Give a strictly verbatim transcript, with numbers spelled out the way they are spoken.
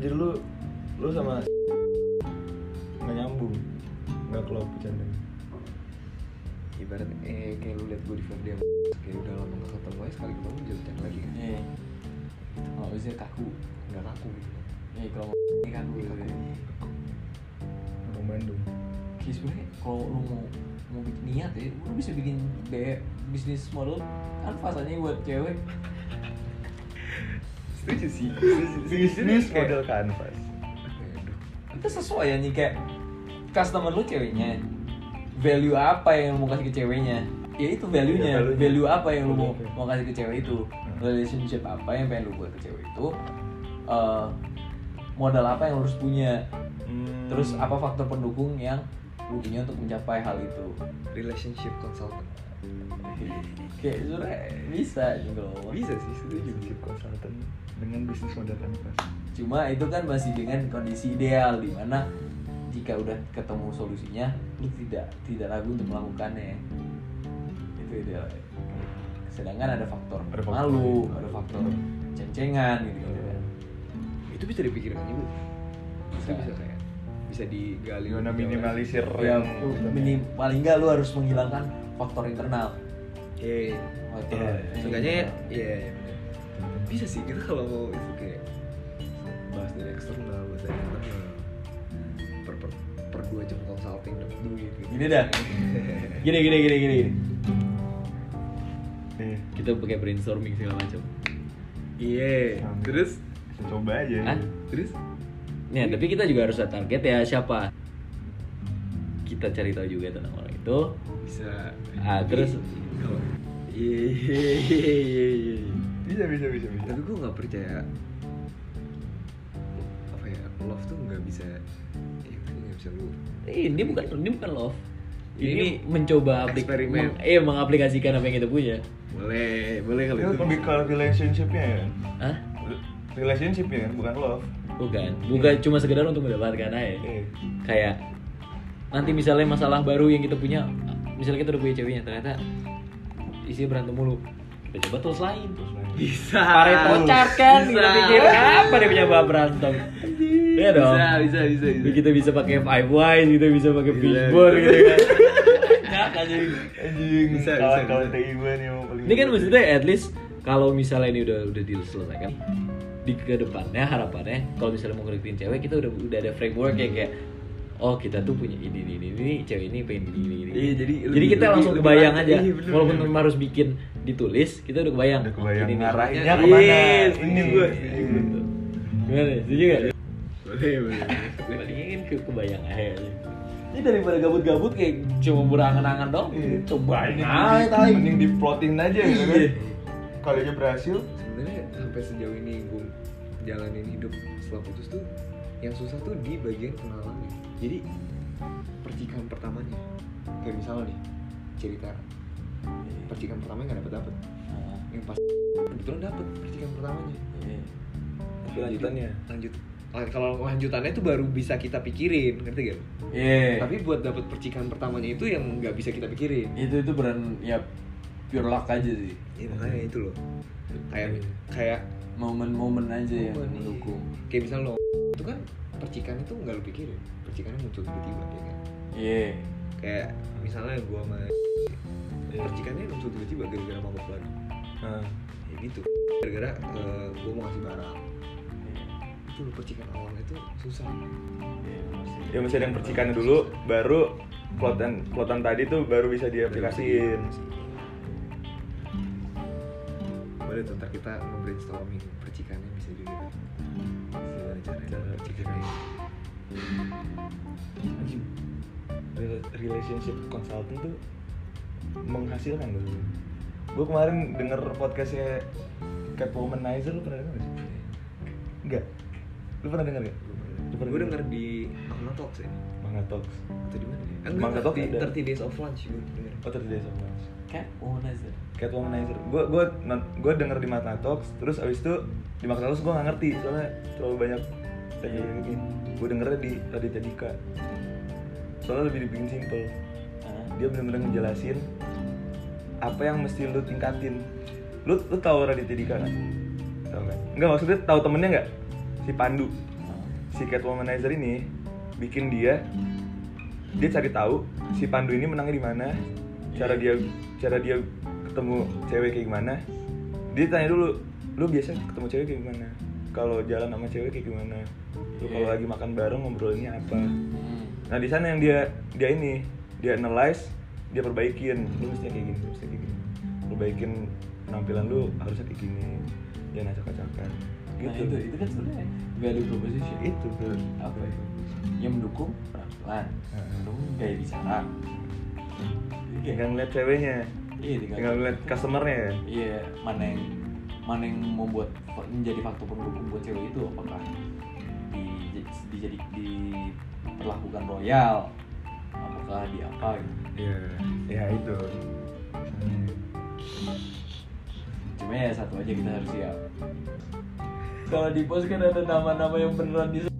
Jadi lu lu sama nggak nyambung, nggak klop bercandanya. Ibarat eh kayak lu liat gue di Ferdi kayak udah lama nggak ketemu aja sekali ketemu jadi bercanda lagi kan. Iya. Kalau bisa kaku, Nggak kaku gitu. iya kalau ini kaku gitu. Orang Bandung. Kayak sebenarnya kalau lu mau mau bikin niat ya, lu bisa bikin kayak bisnis model kan fasanya buat cewek. Setuju sih. Bisnis model kanvas. Itu sesuai ya nih kayak customer lu ceweknya, value apa yang lu mau kasih ke ceweknya, ya itu value-nya, Ya, value-nya. value apa yang lu mau Value. mau kasih ke cewek itu, relationship apa yang pengen lu buat ke cewek itu, uh, modal apa yang lu harus punya, Hmm. terus apa faktor pendukung yang lu punya untuk mencapai hal itu. Relationship consultant. Kayak sebenernya bisa juga loh. Bisa sih, setuju. Relationship consultant dengan bisnis model kanvas. Cuma itu kan masih dengan kondisi ideal di mana jika udah ketemu solusinya, lu tidak tidak ragu untuk melakukannya. Itu ideal. Sedangkan ada faktor, Ada faktor malu, itu. ada faktor ceng-cengan gitu kan. Itu bisa dipikirkan juga. Bisa Bisa. bisa kayak bisa digali. Gimana lebih jauh minimalisir Ya, yang minim, paling enggak lu harus menghilangkan faktor internal. lagi. Iya. Faktor Iya, Seenggaknya ya, internal. iya. iya, bener. Bisa sih kita kalau mau itu kayak bahas dari eksternal, bahas dari internal. Per per, per dua jam consulting dapat duit gitu. Gini dah. Gini gini gini gini. nih, Kita pakai brainstorming segala macam. Iya. Sama. Terus bisa coba aja. Hah? terus Ya, tapi kita juga harus target ya siapa. Kita cari tahu juga tentang orang itu. bisa. Ah, terus Kalau iya iya iya iya, iya. Bisa bisa bisa bisa. Tapi gue nggak percaya apa ya love tuh nggak bisa ya nggak bisa lu ini bukan ini bukan love. Ini, Ini mencoba aplik- eksperimen. meng- eh mengaplikasikan apa yang kita punya. boleh boleh kalau Itu itu lebih ke relationship-nya ya. Hah? Relationship ya, bukan love. Bukan. Bukan cuma sekedar untuk mendapatkan aja. Iya. Kayak nanti misalnya masalah baru yang kita punya, misalnya kita udah punya ceweknya ternyata isinya berantem mulu. Kita coba tools lain. bisa Pareto chart kan, bisa. kita pikir apa dia punya bahan berantem. Iya dong. bisa bisa bisa bisa Kita bisa pakai five wise, kita bisa pakai Bisa, fishbone bisa. gitu kan. Banyak anjing. Anjing, Bisa, kawan-kawan bisa, T I gue nih yang paling. Ini kan maksudnya at least kalau misalnya ini udah udah diselesaikan di kedepannya harapannya kalau misalnya mau ngedeketin cewek kita udah udah ada framework yang kayak oh kita tuh punya ini ini ini, ini cewek ini pengen gini gini gini. Iya, jadi jadi lebih- kita lebih- langsung lebih kebayang lancar. aja Iya, bener, walaupun bener. memang harus bikin ditulis kita udah kebayang. Udah kebayang Ini nih. ngarahinnya Iya, kemana? setuju Ini gua, setuju. Gitu. Gimana? Setuju nggak? boleh boleh Palingin ke kebayang aja. Ini daripada gabut-gabut kayak cuma berangan-angan dong. Iya. Cobain Mending aja di- tai. Mending diplotin aja gitu kan. Iya. Kalau aja berhasil, sebenarnya sampai sejauh ini gue jalanin hidup setelah putus tuh yang susah tuh di bagian kenalannya. Jadi percikan pertamanya kayak misalnya nih cerita percikan pertamanya nggak dapet dapet Ah, yang pas kebetulan dapet percikan pertamanya iya. tapi lanjutannya. lanjut ah, kalau lanjutannya itu baru bisa kita pikirin ngerti gak? Iya. Tapi buat dapet percikan pertamanya itu yang nggak bisa kita pikirin. itu itu beran ya pure luck aja sih. Iya makanya itu loh kayak kayak Momen-momen aja yang momen nih. mendukung. Kayak misal lo itu kan percikan itu nggak lo pikirin, percikannya muncul tiba-tiba ya kan. Iya. Kayak misalnya gua sama percikannya muncul tiba-tiba gara-gara mabok lagi. Nah, Ya gitu. Gara-gara uh, gua mau ngasih barang. Itu loh percikan awalnya itu susah. ya mesti ada yang percikannya dulu, baru plotan plotan tadi tuh baru bisa diaplikasiin. Boleh tuh ntar kita nge-brainstorming percikannya bisa juga. Gimana caranya percikannya? Anjing. Rel- Relationship consultant tuh menghasilkan loh. Gue kemarin denger podcastnya Catwomanizer, lu pernah denger gak sih? Enggak. Lu pernah denger gak? Lu pernah Gue denger di Manga Talks ya. Manga Talks. Atau di mana ya? Manga Talks di ada. thirty Days of Lunch gue denger. Oh, thirty Days of Lunch. Cat Womanizer. Catwomanizer. Gue gue gue denger di Manga Talks, terus abis itu di Manga Talks gue nggak ngerti soalnya terlalu banyak teknologi. Gue dengernya di Raditya Dika. Soalnya lebih dibikin simple. Dia benar-benar ngejelasin apa yang mesti lu tingkatin. Lu lu tahu Raditya Dika kan? Tahu kan? Enggak, maksudnya tahu temennya enggak? Si Pandu. si cat womanizer ini bikin dia dia cari tahu si Pandu ini menangnya di mana, cara dia cara dia ketemu cewek kayak gimana. Dia tanya dulu, lu biasa ketemu cewek kayak gimana, kalau jalan sama cewek kayak gimana, lu kalau lagi makan bareng ngobrolinnya apa. Nah di sana yang dia dia ini dia analyze, dia perbaikin, lu mesti kayak gini, lu mesti kayak gini, perbaikin penampilan lu harusnya kayak gini, jangan acak-acakan Nah gitu. itu, itu kan sebenarnya value proposition. Itu tuh Apa itu? Yang mendukung penampilan, mendukung gaya bicara. tinggal ngeliat ceweknya, Iya, tinggal, tinggal ngeliat customernya ya. Iya, mana yang mana yang membuat menjadi faktor pendukung buat cewek itu, apakah di dijadi diperlakukan royal, apakah di apa gitu. Iya, ya itu. Hmm. Cuma ya satu aja kita harus siap. Kalau di pos kan ada nama-nama yang beneran di